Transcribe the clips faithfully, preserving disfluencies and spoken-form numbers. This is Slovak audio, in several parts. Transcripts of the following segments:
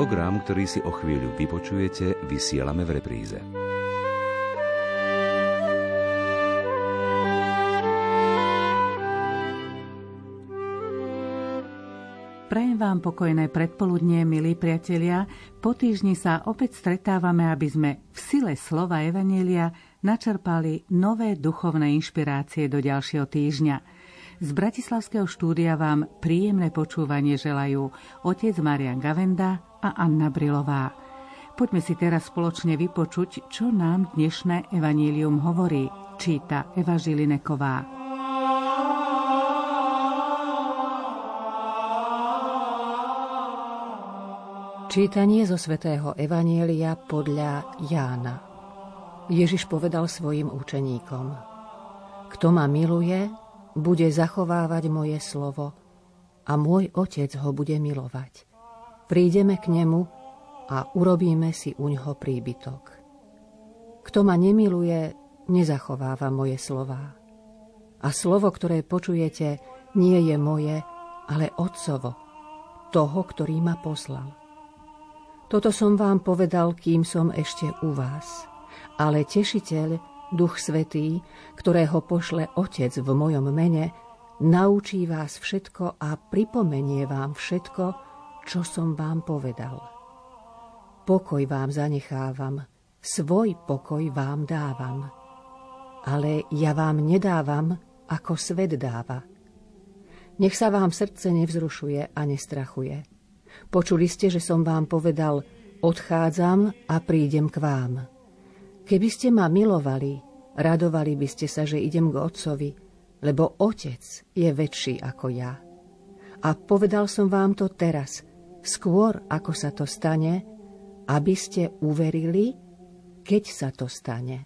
Program, ktorý si o chvíľu vypočujete, vysielame v repríze. Prajem vám pokojné predpoludnie, milí priatelia. Po týždni sa opäť stretávame, aby sme v sile slova Evanjelia načerpali nové duchovné inšpirácie do ďalšieho týždňa. Z bratislavského štúdia vám príjemné počúvanie želajú otec Marián Gavenda a Anna Brilová. Poďme si teraz spoločne vypočuť, čo nám dnešné evanjelium hovorí, číta Eva Žilineková. Čítanie zo svätého Evanjelia podľa Jána. Ježiš povedal svojim učeníkom: Kto ma miluje, bude zachovávať moje slovo a môj Otec ho bude milovať. Prídeme k nemu a urobíme si uňho príbytok. Kto ma nemiluje, nezachováva moje slová. A slovo, ktoré počujete, nie je moje, ale Otcovo, toho, ktorý ma poslal. Toto som vám povedal, kým som ešte u vás. Ale Tešiteľ, Duch Svätý, ktorého pošle Otec v mojom mene, naučí vás všetko a pripomenie vám všetko, čo som vám povedal. Pokoj vám zanechávam, svoj pokoj vám dávam. Ale ja vám nedávam, ako svet dáva. Nech sa vám srdce nevzrušuje a nestrachuje. Počuli ste, že som vám povedal, odchádzam a prídem k vám. Keby ste ma milovali, radovali by ste sa, že idem k Otcovi, lebo Otec je väčší ako ja. A povedal som vám to teraz, skôr ako sa to stane, aby ste uverili, keď sa to stane.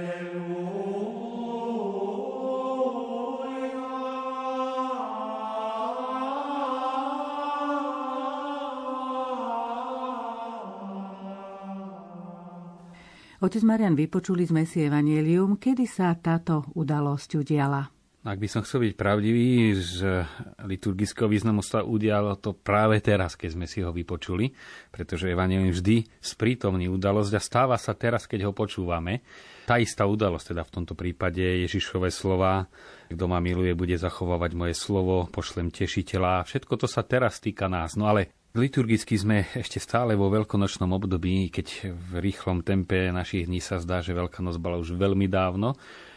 Otec Marián, vypočuli sme si evanjelium, kedy sa táto udalosť udiala. Ak by som chcel byť pravdivý, z liturgického významu sa udialo to práve teraz, keď sme si ho vypočuli, pretože evanjelium vždy sprítomní udalosť a stáva sa teraz, keď ho počúvame. Tá istá udalosť, teda v tomto prípade Ježišove slova, kto ma miluje, bude zachovávať moje slovo, pošlem Tešiteľa. Všetko to sa teraz týka nás. No ale liturgicky sme ešte stále vo veľkonočnom období, keď v rýchlom tempe našich dní sa zdá, že Veľká noc bola už veľmi dávno,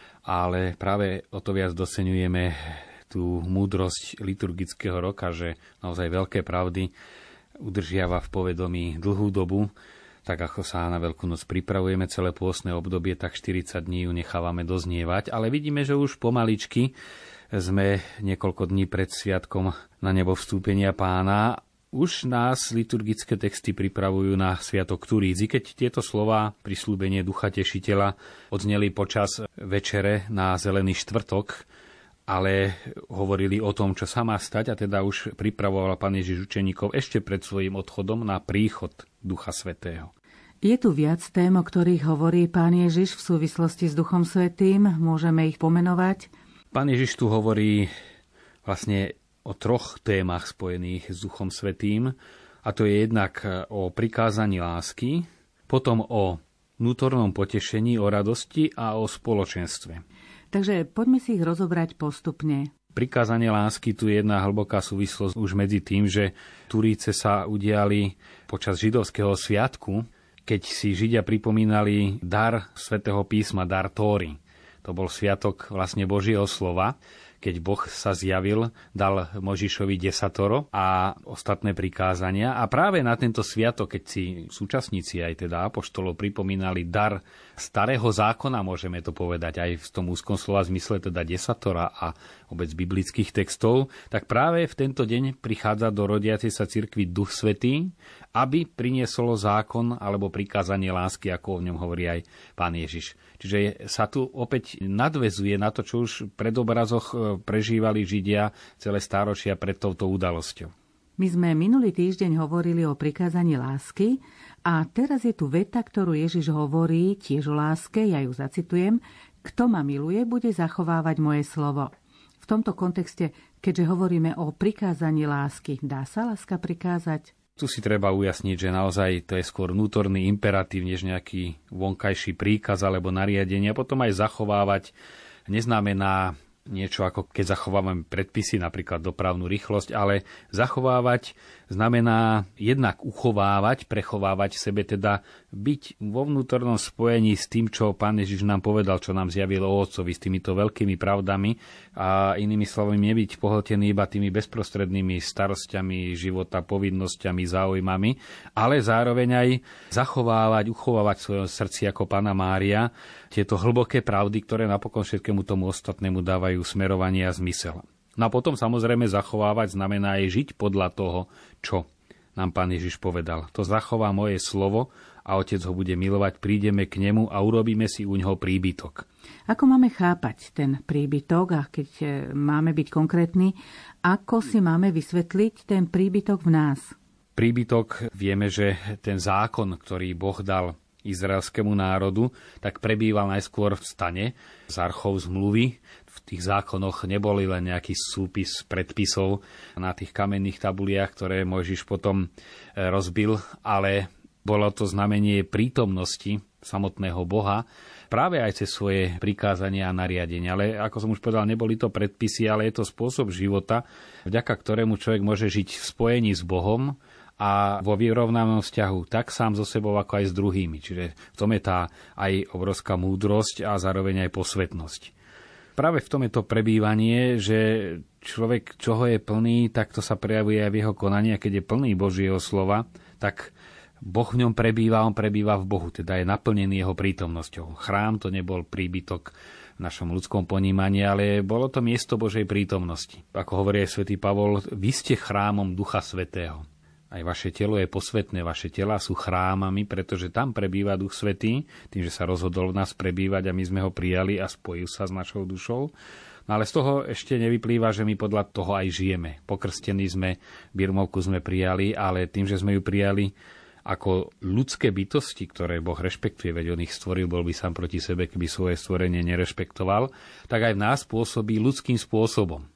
ale práve o to viac doceňujeme tú múdrosť liturgického roka, že naozaj veľké pravdy udržiava v povedomí dlhú dobu. Tak ako sa na Veľkú noc pripravujeme celé pôstne obdobie, tak štyridsať dní ju nechávame doznievať, ale vidíme, že už pomaličky sme niekoľko dní pred sviatkom na nebo vstúpenia Pána. Už nás liturgické texty pripravujú na sviatok Turídzi, keď tieto slová, prisľúbenie Ducha Tešiteľa, odzneli počas večere na Zelený štvrtok, ale hovorili o tom, čo sa má stať, a teda už pripravoval Pán Ježiš učeníkov ešte pred svojím odchodom na príchod Ducha Svätého. Je tu viac tém, o ktorých hovorí Pán Ježiš v súvislosti s Duchom Svätým. Môžeme ich pomenovať? Pán Ježiš tu hovorí vlastne o troch témach spojených s Duchom Svätým, a to je jednak o prikázaní lásky, potom o vnútornom potešení, o radosti a o spoločenstve. Takže poďme si ich rozobrať postupne. Prikázanie lásky, tu je jedna hlboká súvislosť už medzi tým, že Turíce sa udiali počas židovského sviatku, keď si Židia pripomínali dar Svätého písma, dar Tóry. To bol sviatok vlastne Božieho slova, keď Boh sa zjavil, dal Možišovi desatoro a ostatné prikázania. A práve na tento sviatok, keď si súčasníci aj teda apoštolov pripomínali dar starého zákona, môžeme to povedať aj v tom úzkom slova zmysle, teda desatora a vôbec biblických textov, tak práve v tento deň prichádza do rodiacej sa cirkvi Duch Svätý, aby priniesol zákon alebo prikázanie lásky, ako o ňom hovorí aj Pán Ježiš. Čiže sa tu opäť nadväzuje na to, čo už v predobrazoch prežívali Židia celé stáročia pred touto udalosťou. My sme minulý týždeň hovorili o prikázaní lásky a teraz je tu veta, ktorú Ježiš hovorí tiež o láske, ja ju zacitujem: Kto ma miluje, bude zachovávať moje slovo. V tomto kontexte, keďže hovoríme o prikázaní lásky, dá sa láska prikázať? Tu si treba ujasniť, že naozaj to je skôr vnútorný imperatív, než nejaký vonkajší príkaz alebo nariadenie. A potom aj zachovávať neznamená niečo ako keď zachovávame predpisy, napríklad dopravnú rýchlosť, ale zachovávať znamená jednak uchovávať, prechovávať v sebe, teda byť vo vnútornom spojení s tým, čo Pán Ježiš nám povedal, čo nám zjavil o Otcovi, s týmito veľkými pravdami a inými slovami nebyť pohltený iba tými bezprostrednými starosťami života, povinnosťami, záujmami, ale zároveň aj zachovávať, uchovávať v svojom srdci ako Panna Mária tieto hlboké pravdy, ktoré napokon všetkému tomu ostatnému dávajú smerovanie a zmysel. No a potom samozrejme zachovávať znamená aj žiť podľa toho, čo nám Pán Ježiš povedal. To zachová moje slovo a Otec ho bude milovať, prídeme k nemu a urobíme si u ňoho príbytok. Ako máme chápať ten príbytok a keď máme byť konkrétni, ako si máme vysvetliť ten príbytok v nás? Príbytok, vieme, že ten zákon, ktorý Boh dal izraelskému národu, tak prebýval najskôr v stane z archov zmluvy. V tých zákonoch neboli len nejaký súpis predpisov na tých kamenných tabuliach, ktoré Mojžiš potom rozbil, ale bolo to znamenie prítomnosti samotného Boha práve aj cez svoje prikázania a nariadenia. Ale ako som už povedal, neboli to predpisy, ale je to spôsob života, vďaka ktorému človek môže žiť v spojení s Bohom a vo vyrovnanom vzťahu tak sám so sebou, ako aj s druhými. Čiže v tom je tá aj obrovská múdrosť a zároveň aj posvetnosť. Práve v tom je to prebývanie, že človek, čoho je plný, tak to sa prejavuje aj v jeho konaní. A keď je plný Božieho slova, tak Boh v ňom prebýva, on prebýva v Bohu, teda je naplnený jeho prítomnosťou. Chrám to nebol príbytok v našom ľudskom ponímaní, ale bolo to miesto Božej prítomnosti. Ako hovorí aj svätý Pavol, vy ste chrámom Ducha Svätého. Aj vaše telo je posvätné, vaše telá sú chrámami, pretože tam prebýva Duch Svätý, tým, že sa rozhodol v nás prebývať a my sme ho prijali a spojil sa s našou dušou. No ale z toho ešte nevyplýva, že my podľa toho aj žijeme. Pokrstení sme, birmovku sme prijali, ale tým, že sme ju prijali ako ľudské bytosti, ktoré Boh rešpektuje, veď on ich stvoril, bol by sám proti sebe, keby svoje stvorenie nerešpektoval, tak aj v nás pôsobí ľudským spôsobom.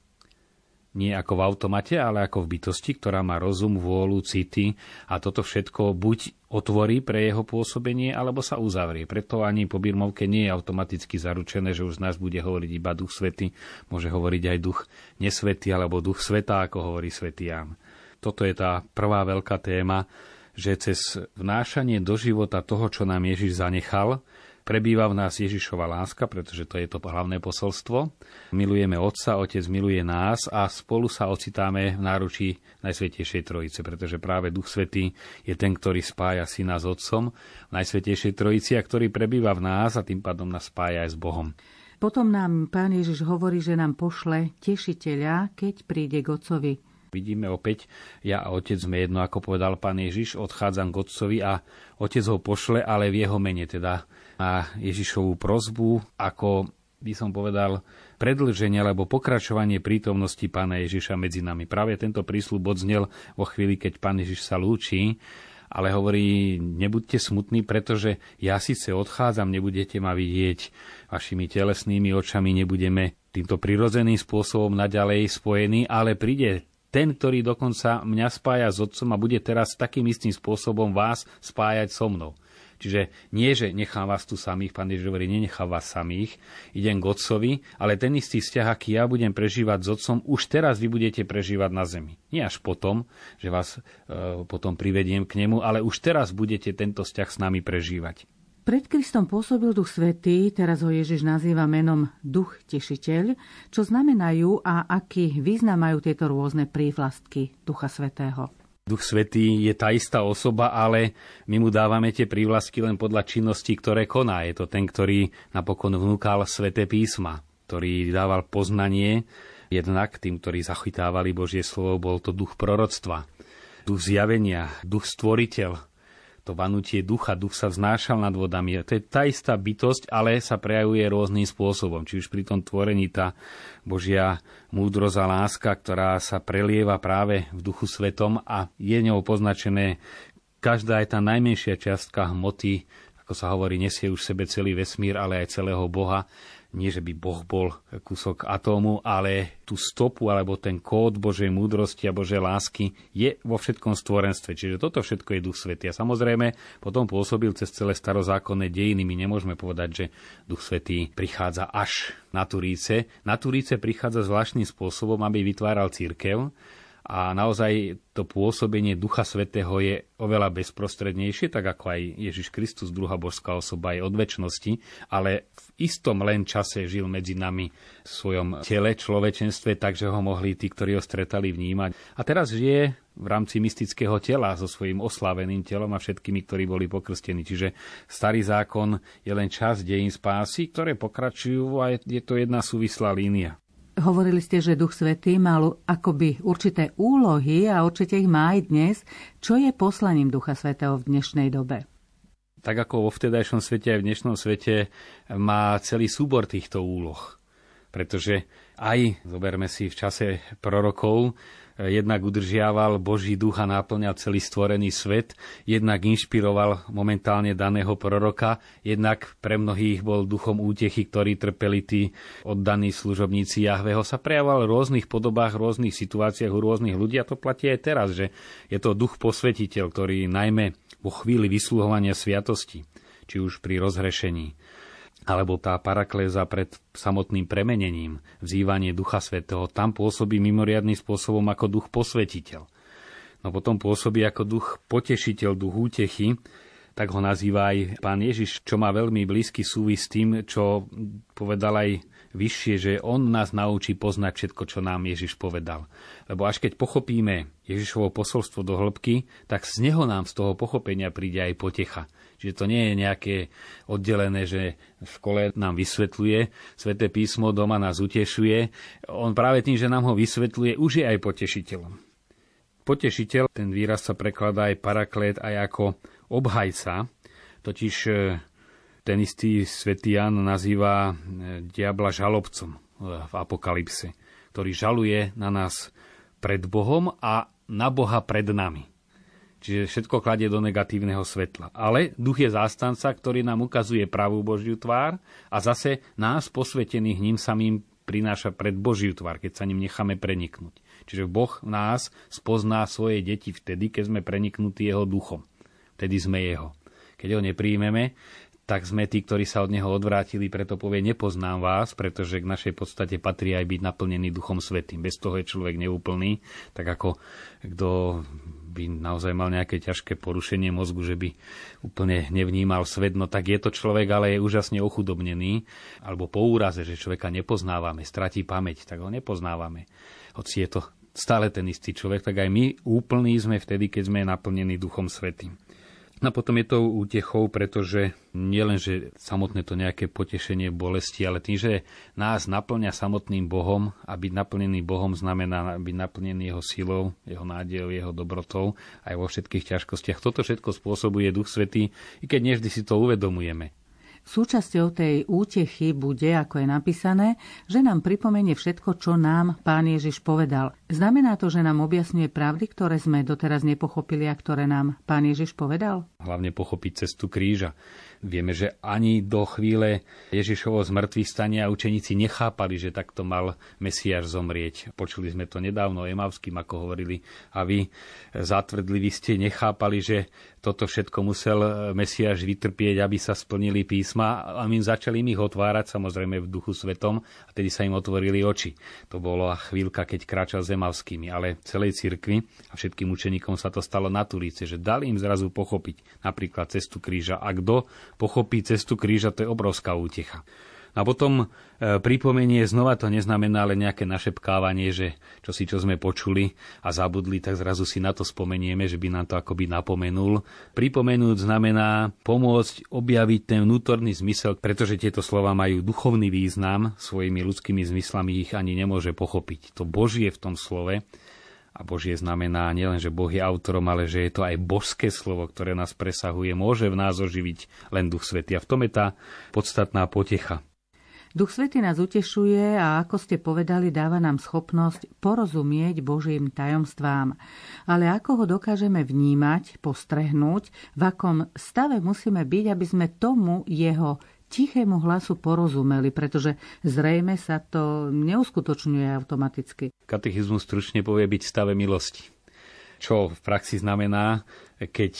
Nie ako v automate, ale ako v bytosti, ktorá má rozum, vôľu, city a toto všetko buď otvorí pre jeho pôsobenie, alebo sa uzavrie. Preto ani po birmovke nie je automaticky zaručené, že už z nás bude hovoriť iba Duch Svätý, môže hovoriť aj Duch nesvätý alebo Duch Sveta, ako hovorí svätý Ján. Toto je tá prvá veľká téma, že cez vnášanie do života toho, čo nám Ježiš zanechal, prebýva v nás Ježišova láska, pretože to je to hlavné posolstvo. Milujeme Otca, Otec miluje nás a spolu sa ocitáme v náručí Najsvätejšej Trojice, pretože práve Duch Svätý je ten, ktorý spája Syna s Otcom v Najsvätejšej Trojici a ktorý prebýva v nás a tým pádom nás spája aj s Bohom. Potom nám Pán Ježiš hovorí, že nám pošle Tešiteľa, keď príde k Otcovi. Vidíme opäť, ja a Otec sme jedno, ako povedal Pán Ježiš, odchádzam k Otcovi a Otec ho pošle, ale v jeho mene, teda na Ježišovú prosbu, ako by som povedal, predĺženie alebo pokračovanie prítomnosti Pána Ježiša medzi nami. Práve tento prísľub odznel vo chvíli, keď Pán Ježiš sa lúči, ale hovorí, nebuďte smutní, pretože ja síce odchádzam, nebudete ma vidieť vašimi telesnými očami, nebudeme týmto prirodzeným spôsobom naďalej spojení, ale príde ten, ktorý dokonca mňa spája s Otcom a bude teraz takým istým spôsobom vás spájať so mnou. Čiže nie, že nechám vás tu samých, Pán Ježiš hovorí, nenechám vás samých, idem k Otcovi, ale ten istý vzťah, aký ja budem prežívať s Otcom, už teraz vy budete prežívať na zemi. Nie až potom, že vás e, potom privediem k nemu, ale už teraz budete tento vzťah s nami prežívať. Pred Kristom pôsobil Duch Svätý, teraz ho Ježiš nazýva menom Duch Tešiteľ, čo znamenajú a aký význam majú tieto rôzne prívlastky Ducha Svätého. Duch Svätý je tá istá osoba, ale my mu dávame tie prívlastky len podľa činností, ktoré koná. Je to ten, ktorý napokon vnúkal Sväté písma, ktorý dával poznanie. Jednak tým, ktorí zachytávali Božie slovo, bol to duch proroctva, duch zjavenia, duch stvoriteľ. To vanutie ducha, duch sa vznášal nad vodami. To je tá istá bytosť, ale sa prejavuje rôznym spôsobom. Či už pri tom tvorení tá Božia múdrosť a láska, ktorá sa prelieva práve v Duchu Svetom a je ňou poznačené každá aj tá najmenšia čiastka hmoty, ako sa hovorí, nesie už v sebe celý vesmír, ale aj celého Boha. Nie, že by Boh bol kúsok atómu, ale tú stopu alebo ten kód Božej múdrosti a Božej lásky je vo všetkom stvorenstve. Čiže toto všetko je Duch Svätý. A samozrejme potom pôsobil cez celé starozákonné dejiny. My nemôžeme povedať, že Duch Svätý prichádza až na Turíce. Na Turíce prichádza zvláštnym spôsobom, aby vytváral cirkev. A naozaj to pôsobenie Ducha Svätého je oveľa bezprostrednejšie, tak ako aj Ježiš Kristus, druhá božská osoba, aj od večnosti, ale v istom len čase žil medzi nami v svojom tele, človečenstve, takže ho mohli tí, ktorí ho stretali, vnímať. A teraz žije v rámci mystického tela so svojím osláveným telom a všetkými, ktorí boli pokrstení. Čiže starý zákon je len časť dejín spásy, ktoré pokračujú a je to jedna súvislá línia. Hovorili ste, že Duch Svätý mal akoby určité úlohy a určite ich má aj dnes. Čo je poslaním Ducha Svätého v dnešnej dobe? Tak ako vo vtedajšom svete aj v dnešnom svete má celý súbor týchto úloh. Pretože aj, zoberme si v čase prorokov, jednak udržiaval Boží duch a náplňal celý stvorený svet, jednak inšpiroval momentálne daného proroka, jednak pre mnohých bol duchom útechy, ktorí trpeli tí oddaní služobníci Jahveho, sa prejavoval v rôznych podobách, v rôznych situáciách u rôznych ľudí a to platí aj teraz, že je to duch posvetiteľ, ktorý najmä vo chvíli vysluhovania sviatosti, či už pri rozhrešení, alebo tá parakléza pred samotným premenením, vzývanie Ducha Svätého, tam pôsobí mimoriadnym spôsobom ako duch posvetiteľ. No potom pôsobí ako duch potešiteľ, duch útechy, tak ho nazýva aj Pán Ježiš, čo má veľmi blízky súvis s tým, čo povedal aj vyššie, že on nás naučí poznať všetko, čo nám Ježiš povedal. Lebo až keď pochopíme Ježišovo posolstvo do hĺbky, tak z neho nám z toho pochopenia príde aj potecha. Čiže to nie je nejaké oddelené, že v škole nám vysvetľuje Sväté písmo, doma nás utešuje. On práve tým, že nám ho vysvetľuje, už je aj potešiteľom. Potešiteľ, ten výraz sa prekladá aj paraklét, aj ako obhajca. Totiž ten istý svätý Ján nazýva diabla žalobcom v Apokalypse, ktorý žaluje na nás pred Bohom a na Boha pred nami. Čiže všetko kladie do negatívneho svetla. Ale duch je zástanca, ktorý nám ukazuje pravú Božiu tvár a zase nás, posvetených ním samým, prináša pred Božiu tvár, keď sa ním necháme preniknúť. Čiže Boh v nás spozná svoje deti vtedy, keď sme preniknutí jeho duchom. Vtedy sme jeho. Keď ho nepríjmeme, tak sme tí, ktorí sa od neho odvrátili, preto povie, nepoznám vás, pretože k našej podstate patrí aj byť naplnený Duchom Svätým. Bez toho je človek neúplný, tak ako kto by naozaj mal nejaké ťažké porušenie mozgu, že by úplne nevnímal svet, no tak je to človek, ale je úžasne ochudobnený, alebo po úraze, že človeka nepoznávame, stratí pamäť, tak ho nepoznávame. Hoci je to stále ten istý človek, tak aj my úplní sme vtedy, keď sme naplnení Duchom Svätým. No potom je to útechou, pretože nielen, že samotné to nejaké potešenie bolesti, ale tým, že nás naplňa samotným Bohom a byť naplnený Bohom znamená byť naplnený jeho silou, jeho nádejou, jeho dobrotou aj vo všetkých ťažkostiach. Toto všetko spôsobuje Duch Svätý, i keď nie vždy si to uvedomujeme. Súčasťou tej útechy bude, ako je napísané, že nám pripomenie všetko, čo nám Pán Ježiš povedal. Znamená to, že nám objasňuje pravdy, ktoré sme doteraz nepochopili a ktoré nám Pán Ježiš povedal? Hlavne pochopiť cestu kríža. Vieme, že ani do chvíle Ježišovo zmŕtvychvstania učeníci nechápali, že takto mal Mesiáš zomrieť. Počuli sme to nedávno Emavským, ako hovorili. A vy, zatvrdliví ste, nechápali, že toto všetko musel Mesiáš vytrpieť, aby sa splnili písma. A my začali im ich otvárať, samozrejme v Duchu Svetom, a tedy sa im otvorili oči. To bola chvíľka, keď kráčal s Emavskými, ale celej cirkvi a všetkým učeníkom sa to stalo na Turíce, že dali im zrazu pochopiť napríklad cestu kríža. A kto pochopí cestu kríža, to je obrovská útecha. A potom e, pripomenie znova to neznamená len nejaké našepkávanie, že čo si čo sme počuli a zabudli, tak zrazu si na to spomenieme, že by nám to akoby napomenul. Pripomenúť znamená pomôcť objaviť ten vnútorný zmysel, pretože tieto slova majú duchovný význam, svojimi ľudskými zmyslami ich ani nemôže pochopiť. To Božie v tom slove, a Božie znamená nielen, že Boh je autorom, ale že je to aj božské slovo, ktoré nás presahuje, môže v nás oživiť len Duch Svätý. A v tom je tá podstatná potecha. Duch Svätý nás utešuje a ako ste povedali, dáva nám schopnosť porozumieť Božím tajomstvám. Ale ako ho dokážeme vnímať, postrehnúť, v akom stave musíme byť, aby sme tomu jeho tichému hlasu porozumeli, pretože zrejme sa to neuskutočňuje automaticky. Katechizmus stručne povie byť v stave milosti. Čo v praxi znamená, keď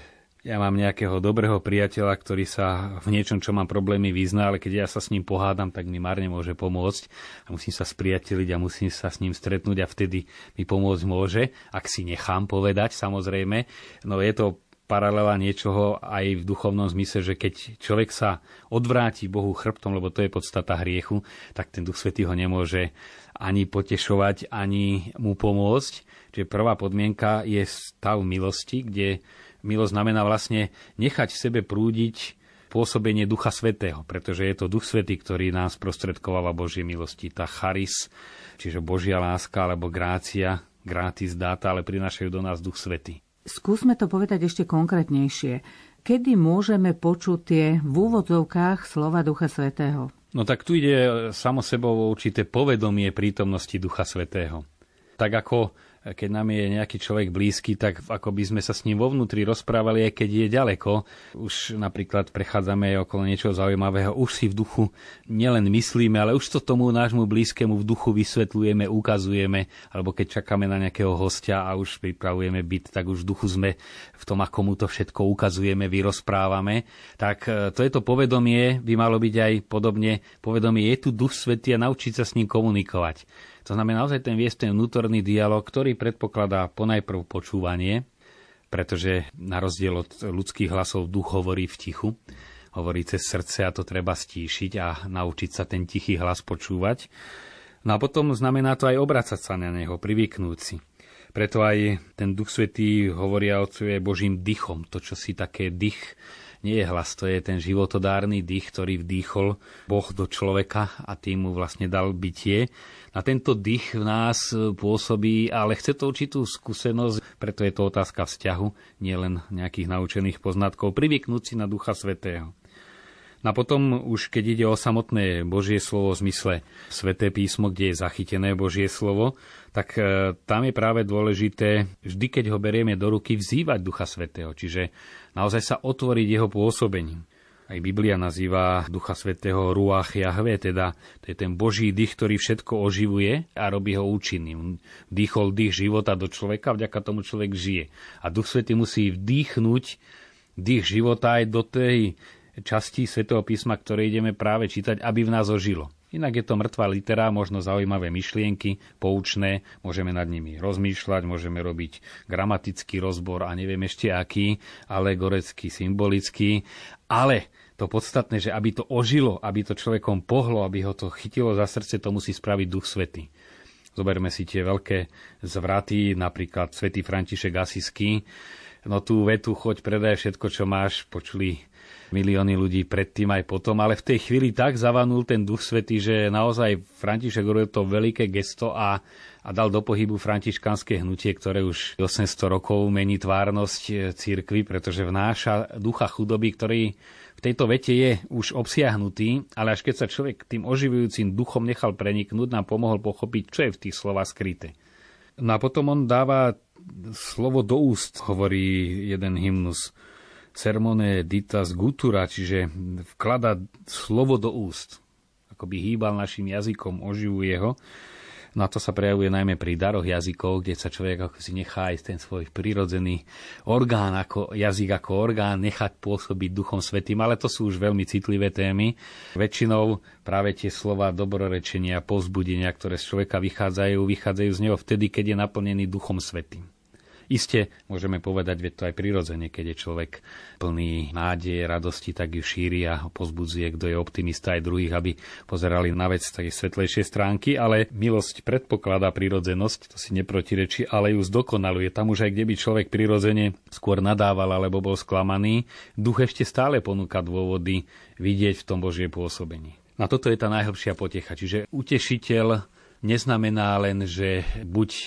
ja mám nejakého dobrého priateľa, ktorý sa v niečom, čo mám problémy, vyzná, ale keď ja sa s ním pohádam, tak mi márne môže pomôcť a musím sa spriateliť a musím sa s ním stretnúť a vtedy mi pomôcť môže, ak si nechám povedať, samozrejme. No je to paralela niečoho aj v duchovnom zmysle, že keď človek sa odvráti Bohu chrbtom, lebo to je podstata hriechu, tak ten Duch Svätý ho nemôže ani potešovať, ani mu pomôcť. Čiže prvá podmienka je stav milosti, kde milosť znamená vlastne nechať v sebe prúdiť pôsobenie Ducha Svätého, pretože je to Duch Svätý, ktorý nám sprostredkováva Božie milosti. Tá charis, čiže Božia láska alebo grácia, gratis data, ale prinášajú do nás Duch Svätý. Skúsme to povedať ešte konkrétnejšie. Kedy môžeme počuť tie v úvodzovkách slova Ducha Svätého? No tak tu ide samo sebou určité povedomie prítomnosti Ducha Svätého. Tak ako keď nám je nejaký človek blízky, tak ako by sme sa s ním vo vnútri rozprávali, aj keď je ďaleko. Už napríklad prechádzame okolo niečoho zaujímavého, už si v duchu nielen myslíme, ale už to tomu nášmu blízkemu v duchu vysvetľujeme, ukazujeme, alebo keď čakáme na nejakého hostia a už pripravujeme byt, tak už v duchu sme v tom, ako mu to všetko ukazujeme, vyrozprávame. Tak to je to povedomie, by malo byť aj podobne. Povedomie je tu Duch Svätý a naučiť sa s ním komunikovať. To znamená naozaj ten viesť, ten vnútorný dialog, ktorý predpokladá ponajprv počúvanie, pretože na rozdiel od ľudských hlasov duch hovorí v tichu, hovorí cez srdce a to treba stíšiť a naučiť sa ten tichý hlas počúvať. No a potom znamená to aj obracať sa na neho, privyknúť si. Preto aj ten Duch Svätý hovoria otcovia Božím dychom, to, čo si také dych, nie je hlas, to je ten životodárny dých, ktorý vdýchol Boh do človeka a tým mu vlastne dal bytie. A tento dých v nás pôsobí, ale chce to určitú skúsenosť, preto je to otázka vzťahu, nielen nejakých naučených poznatkov, privyknúť si na Ducha Svätého. No a potom už keď ide o samotné Božie slovo v zmysle Sväté písmo, kde je zachytené Božie slovo, tak tam je práve dôležité, vždy keď ho berieme do ruky, vzývať Ducha Svätého, čiže naozaj sa otvoriť jeho pôsobením. Aj Biblia nazýva Ducha Svätého Ruach Jahve, teda to je ten Boží dých, ktorý všetko oživuje a robí ho účinným. Vdýchol dých života do človeka, vďaka tomu človek žije. A Duch Svätý musí vdýchnuť dých života aj do tej časti Svätého písma, ktoré ideme práve čítať, aby v nás ožilo. Inak je to mŕtva litera, možno zaujímavé myšlienky, poučné, môžeme nad nimi rozmýšľať, môžeme robiť gramatický rozbor a neviem ešte aký, alegorický, symbolický, ale to podstatné, že aby to ožilo, aby to človekom pohlo, aby ho to chytilo za srdce, to musí spraviť Duch Svätý. Zoberme si tie veľké zvraty, napríklad svätý František Asijský. No tú vetu, choď, predaj všetko, čo máš, počuli milióny ľudí predtým aj potom, ale v tej chvíli tak zavanul ten Duch Svätý, že naozaj František robil to veľké gesto a, a dal do pohybu františkanské hnutie, ktoré už osemsto rokov mení tvárnosť cirkvi, pretože vnáša ducha chudoby, ktorý v tejto vete je už obsiahnutý, ale až keď sa človek tým oživujúcim duchom nechal preniknúť, nám pomohol pochopiť, čo je v tých slovách skryté. No a potom on dáva slovo do úst, hovorí jeden hymnus, Sermone ditas gutura, čiže vklada slovo do úst. Akoby hýbal našim jazykom, oživuje ho. No a to sa prejavuje najmä pri daroch jazykov, kde sa človek ako si nechá aj ten svoj prirodzený orgán, ako jazyk ako orgán, nechať pôsobiť Duchom Svätým, ale to sú už veľmi citlivé témy. Väčšinou práve tie slova dobrorečenia, povzbudenia, ktoré z človeka vychádzajú, vychádzajú z neho vtedy, keď je naplnený Duchom Svätým. Isté, môžeme povedať, veď to aj prirodzene, keď je človek plný nádeje, radosti, tak ju šíri a pozbudzuje, kto je optimista aj druhých, aby pozerali na vec z tej svetlejšej stránky, ale milosť predpokladá prirodzenosť, to si neprotirečí, ale ju zdokonaluje. Tam už aj kde by človek prirodzene skôr nadával alebo bol sklamaný, duch ešte stále ponúka dôvody vidieť v tom Božie pôsobení. A toto je tá najhlbšia potecha, čiže utešiteľ neznamená len, že buď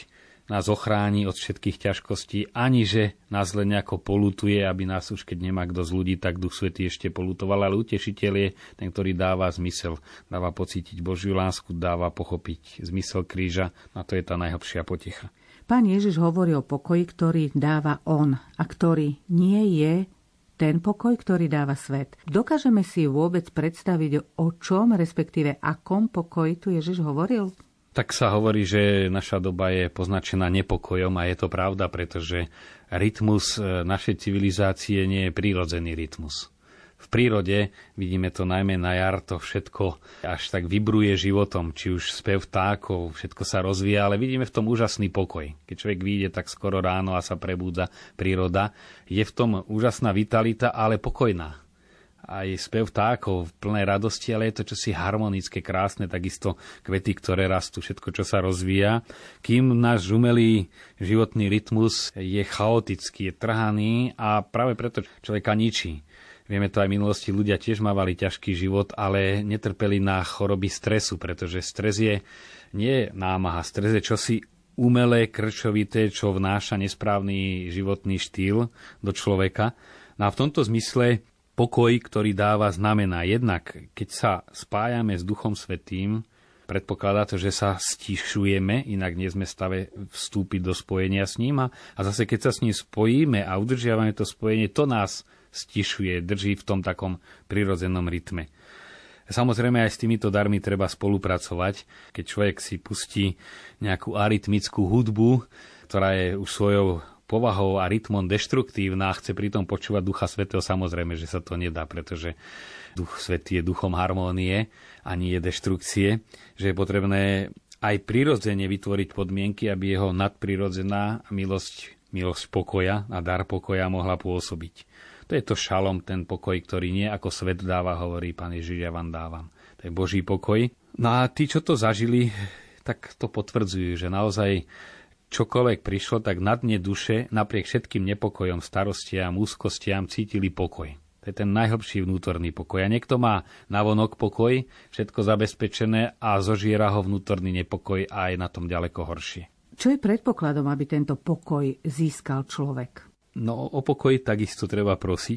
nás ochráni od všetkých ťažkostí, ani že nás len nejako polutuje, aby nás už keď nemá kto z ľudí, tak Duch Svätý ešte polutoval, ale utešiteľ je ten, ktorý dáva zmysel, dáva pocítiť Božiu lásku, dáva pochopiť zmysel kríža, a to je tá najhlbšia potecha. Pán Ježiš hovorí o pokoji, ktorý dáva on a ktorý nie je ten pokoj, ktorý dáva svet. Dokážeme si vôbec predstaviť, o čom, respektíve akom pokoji tu Ježiš hovoril? Tak sa hovorí, že naša doba je poznačená nepokojom a je to pravda, pretože rytmus našej civilizácie nie je prírodzený rytmus. V prírode, vidíme to najmä na jar, to všetko až tak vibruje životom, či už spev vtákov, všetko sa rozvíja, ale vidíme v tom úžasný pokoj. Keď človek vyjde tak skoro ráno a sa prebúdza príroda, je v tom úžasná vitalita, ale pokojná. Aj spev vtákov v plnej radosti, ale je to čosi harmonické, krásne, takisto kvety, ktoré rastú, všetko, čo sa rozvíja. Kým náš umelý životný rytmus je chaotický, je trhaný a práve preto človeka ničí. Vieme to aj v minulosti, ľudia tiež mávali ťažký život, ale netrpeli na choroby stresu, pretože stres je nie námaha, stres je čosi umelé, krčovité, čo vnáša nesprávny životný štýl do človeka. No a v tomto zmysle pokoj, ktorý dáva, znamená jednak, keď sa spájame s Duchom Svätým, predpokladá to, že sa stišujeme, inak nie sme v stave vstúpiť do spojenia s ním. A zase keď sa s ním spojíme a udržiavame to spojenie, to nás stišuje, drží v tom takom prirodzenom rytme. Samozrejme aj s týmito darmi treba spolupracovať. Keď človek si pustí nejakú arytmickú hudbu, ktorá je už svojou povahou a rytmom deštruktívna a chce pritom počúvať Ducha Svätého, samozrejme, že sa to nedá, pretože Duch Svätý je duchom harmónie a nie deštrukcie, že je potrebné aj prirodzene vytvoriť podmienky, aby jeho nadprirodzená milosť, milosť pokoja a dar pokoja mohla pôsobiť. To je to šalom, ten pokoj, ktorý nie ako svet dáva, hovorí Pán Ježiš, ja vám dávam. To je Boží pokoj. No a tí, čo to zažili, tak to potvrdzujú, že naozaj čokoľvek prišlo, tak na dne duše, napriek všetkým nepokojom, starostiam, úzkostiam, cítili pokoj. To je ten najhlbší vnútorný pokoj. A niekto má navonok pokoj, všetko zabezpečené a zožiera ho vnútorný nepokoj a je na tom ďaleko horšie. Čo je predpokladom, aby tento pokoj získal človek? No o pokoj takisto treba prosiť.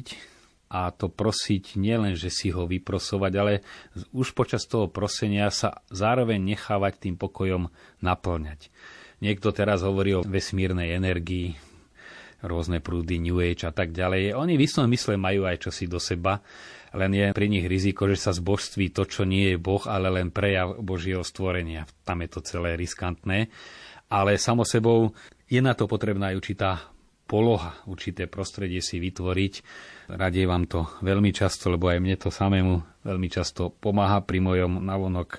A to prosiť nielen, že si ho vyprosovať, ale už počas toho prosenia sa zároveň nechávať tým pokojom naplňať. Niekto teraz hovorí o vesmírnej energii, rôzne prúdy, New Age a tak ďalej. Oni v istom mysle majú aj čosi do seba, len je pri nich riziko, že sa zbožství to, čo nie je Boh, ale len prejav Božieho stvorenia. Tam je to celé riskantné. Ale samo sebou je na to potrebná aj určitá poloha, určité prostredie si vytvoriť. Radie vám to veľmi často, lebo aj mne to samému veľmi často pomáha pri mojom navonok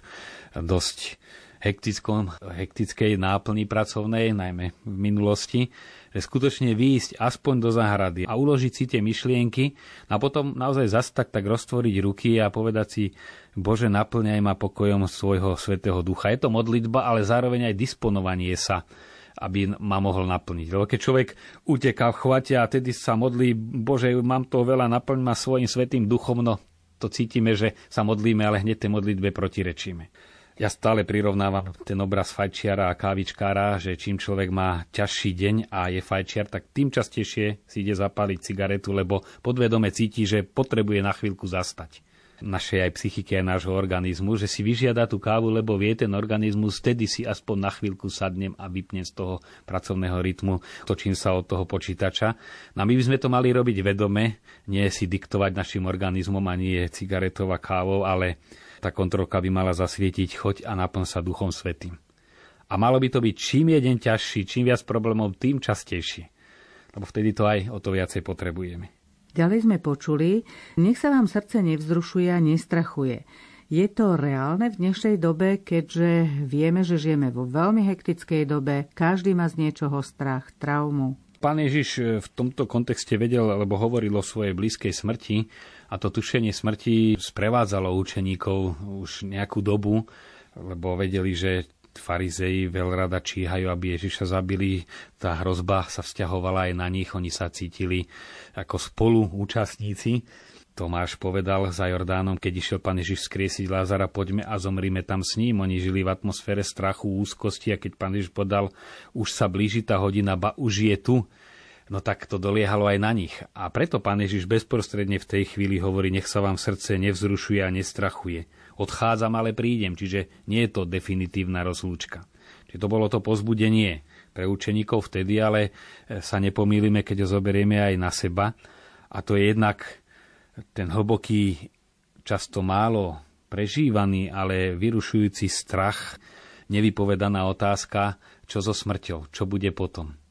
dosť hektickom, hektickej náplni pracovnej, najmä v minulosti, že skutočne výjsť aspoň do záhrady a uložiť si tie myšlienky a potom naozaj zase tak, tak roztvoriť ruky a povedať si, Bože, naplňaj ma pokojom svojho Svätého Ducha. Je to modlitba, ale zároveň aj disponovanie sa, aby ma mohol naplniť. Lebo keď človek uteká v chvate a tedy sa modlí, Bože, mám toho veľa, naplň ma svojim Svätým Duchom, no to cítime, že sa modlíme, ale hneď tej modlitbe protirečíme. Ja stále prirovnávam ten obraz fajčiara a kávičkára, že čím človek má ťažší deň a je fajčiar, tak tým častejšie si ide zapáliť cigaretu, lebo podvedome cíti, že potrebuje na chvíľku zastať. Našej aj psychike, aj nášho organizmu, že si vyžiada tú kávu, lebo vie ten organizmus, vtedy si aspoň na chvíľku sadnem a vypnem z toho pracovného rytmu, točím sa od toho počítača. No a my by sme to mali robiť vedome, nie si diktovať našim organizmom, ani je cigaretou a kávou, ale tá kontrolka by mala zasvietiť, choď a naplň sa Duchom Svätým. A malo by to byť čím je deň ťažší, čím viac problémov, tým častejšie. Lebo vtedy to aj o to viacej potrebujeme. Ďalej sme počuli, nech sa vám srdce nevzrušuje a nestrachuje. Je to reálne v dnešnej dobe, keďže vieme, že žijeme vo veľmi hektickej dobe, každý má z niečoho strach, traumu. Pán Ježiš v tomto kontexte vedel, lebo hovoril o svojej blízkej smrti a to tušenie smrti sprevádzalo učeníkov už nejakú dobu, lebo vedeli, že farizei veľrada číhajú, aby Ježiša zabili. Tá hrozba sa vzťahovala aj na nich, oni sa cítili ako spoluúčastníci Tomáš povedal za Jordánom, keď išiel Pán Ježiš skriesiť Lázara, poďme a zomrime tam s ním. Oni žili v atmosfére strachu, úzkosti, a keď Pán Ježiš povedal, už sa blíži tá hodina, ba už je tu, no tak to doliehalo aj na nich. A preto Pán Ježiš bezprostredne v tej chvíli hovorí, nech sa vám srdce nevzrušuje a nestrachuje. Odchádzam, ale prídem, čiže nie je to definitívna rozlúčka. Čiže to bolo to povzbudenie pre učeníkov vtedy, ale sa nepomýlime, keď ho zoberieme aj na seba. A to je jednak ten hlboký, často málo prežívaný, ale vyrušujúci strach, nevypovedaná otázka, čo so smrťou, čo bude potom.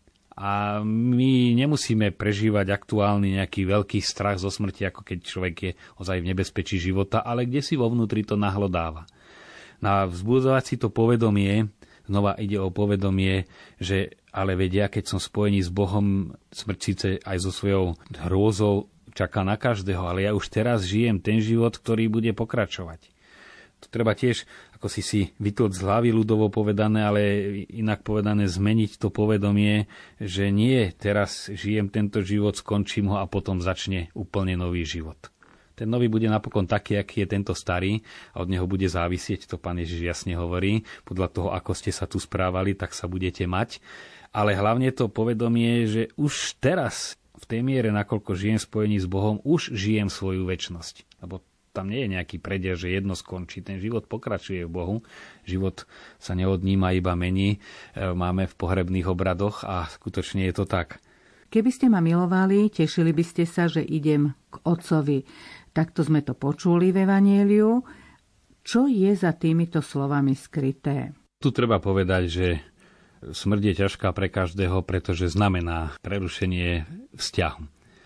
A my nemusíme prežívať aktuálny nejaký veľký strach zo smrti, ako keď človek je ozaj v nebezpečí života, ale kde si vo vnútri to nahlodáva. Na vzbudzovať si to povedomie, znova ide o povedomie, že ale vedia, keď som spojený s Bohom, smrť síce aj so svojou hrôzou čaká na každého, ale ja už teraz žijem ten život, ktorý bude pokračovať. To treba tiež, ako si si vytlc z hlavy ľudovo povedané, ale inak povedané zmeniť to povedomie, že nie teraz žijem tento život, skončím ho a potom začne úplne nový život. Ten nový bude napokon taký, aký je tento starý a od neho bude závisieť, to Pán Ježiš jasne hovorí, podľa toho, ako ste sa tu správali, tak sa budete mať. Ale hlavne to povedomie, že už teraz v tej miere, nakoľko žijem spojení s Bohom, už žijem svoju večnosť. Lebo tam nie je nejaký prediel, že jedno skončí. Ten život pokračuje v Bohu. Život sa neodníma, iba mení. Máme v pohrebných obradoch a skutočne je to tak. Keby ste ma milovali, tešili by ste sa, že idem k Otcovi. Takto sme to počuli v Evanjeliu. Čo je za týmito slovami skryté? Tu treba povedať, že smrť je ťažká pre každého, pretože znamená prerušenie vzťahu.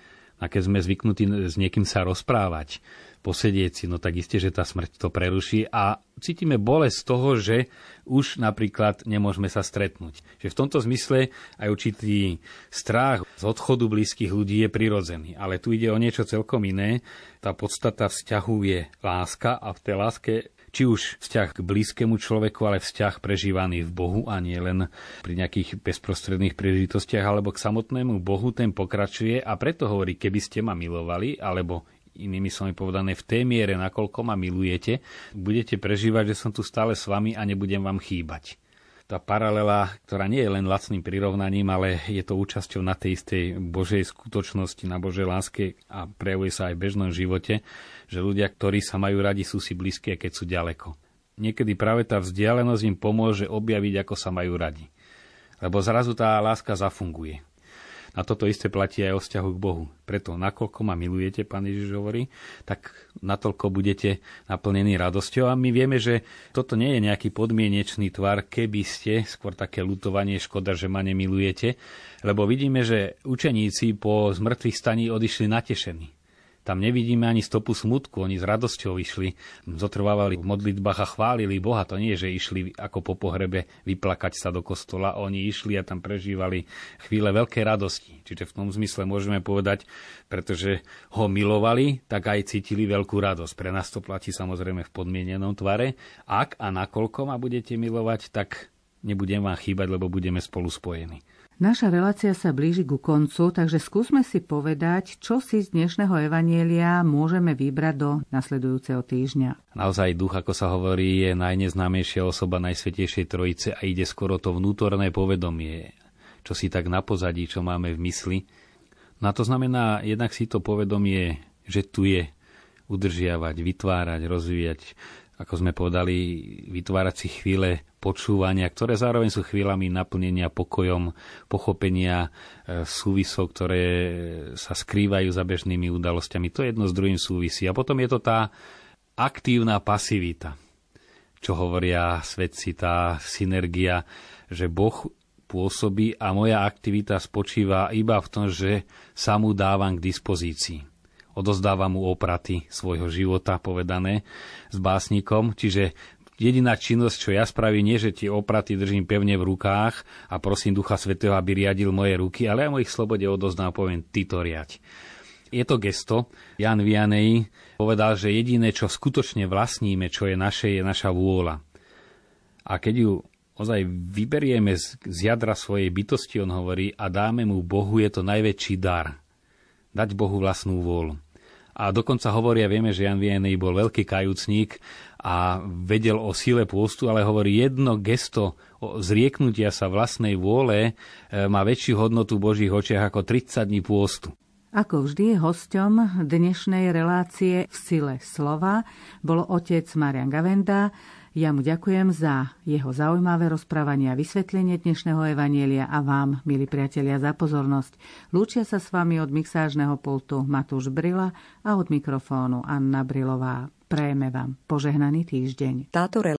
A keď sme zvyknutí s niekým sa rozprávať, posedieť si, no tak isté, že tá smrť to preruší a cítime bolesť z toho, že už napríklad nemôžeme sa stretnúť. Že v tomto zmysle aj určitý strach z odchodu blízkych ľudí je prirodzený. Ale tu ide o niečo celkom iné. Tá podstata vzťahu je láska a v tej láske či už vzťah k blízkemu človeku, ale vzťah prežívaný v Bohu a nie len pri nejakých bezprostredných príležitostiach, alebo k samotnému Bohu, ten pokračuje a preto hovorí, keby ste ma milovali, alebo inými slovami povedané, v tej miere, nakoľko ma milujete, budete prežívať, že som tu stále s vami a nebudem vám chýbať. Tá paralela, ktorá nie je len lacným prirovnaním, ale je to účasťou na tej istej Božej skutočnosti, na Božej láske a prejavuje sa aj v bežnom živote, že ľudia, ktorí sa majú radi, sú si blízki, keď sú ďaleko. Niekedy práve tá vzdialenosť im pomôže objaviť, ako sa majú radi. Lebo zrazu tá láska zafunguje. A toto isté platí aj o vzťahu k Bohu. Preto, nakoľko ma milujete, Pán Ježiš hovorí, tak natoľko budete naplnení radosťou. A my vieme, že toto nie je nejaký podmienečný tvar, keby ste, skôr také ľutovanie, škoda, že ma nemilujete. Lebo vidíme, že učeníci po zmrtvých staní odišli natešení. Tam nevidíme ani stopu smutku, oni s radosťou išli, zotrvávali v modlitbách a chválili Boha. To nie je, že išli ako po pohrebe vyplakať sa do kostola, oni išli a tam prežívali chvíle veľkej radosti. Čiže v tom zmysle môžeme povedať, pretože ho milovali, tak aj cítili veľkú radosť. Pre nás to platí samozrejme v podmienenom tvare. Ak a nakoľko ma budete milovať, tak nebudem vám chýbať, lebo budeme spolu spojení. Naša relácia sa blíži ku koncu, takže skúsme si povedať, čo si z dnešného evanjelia môžeme vybrať do nasledujúceho týždňa. Naozaj duch, ako sa hovorí, je najneznámejšia osoba Najsvätejšej Trojice a ide skoro to vnútorné povedomie, čo si tak na pozadí, čo máme v mysli. No a to znamená jednak si to povedomie, že tu je, udržiavať, vytvárať, rozvíjať, ako sme povedali, vytvárať si chvíle počúvania, ktoré zároveň sú chvíľami naplnenia pokojom, pochopenia e, súvisov, ktoré sa skrývajú za bežnými udalosťami. To jedno s druhým súvisí. A potom je to tá aktívna pasivita, čo hovoria svetci, tá synergia, že Boh pôsobí a moja aktivita spočíva iba v tom, že sa mu dávam k dispozícii. Odozdávam mu opraty svojho života, povedané s básnikom, čiže jediná činnosť, čo ja spravím, nie, že tie opraty držím pevne v rukách a prosím Ducha Svätého, aby riadil moje ruky, ale ja mu ich slobode odozdám a poviem, ty to riaď. Je to gesto. Jan Vianney povedal, že jediné, čo skutočne vlastníme, čo je naše, je naša vôľa. A keď ju ozaj vyberieme z, z jadra svojej bytosti, on hovorí, a dáme mu Bohu, je to najväčší dar. Dať Bohu vlastnú vôľu. A dokonca hovoria, vieme, že Jan Vianney bol veľký kajúcník a vedel o sile pôstu, ale hovorí, jedno gesto zrieknutia sa vlastnej vôle má väčšiu hodnotu v Božích očiach ako tridsať dní pôstu. Ako vždy, hosťom dnešnej relácie v sile slova bol otec Marián Gavenda. Ja mu ďakujem za jeho zaujímavé rozprávanie a vysvetlenie dnešného evanjelia a vám, milí priatelia, za pozornosť. Lúčia sa s vami od mixážneho pultu Matúš Brila a od mikrofónu Anna Brilová. Prajeme vám požehnaný týždeň. Táto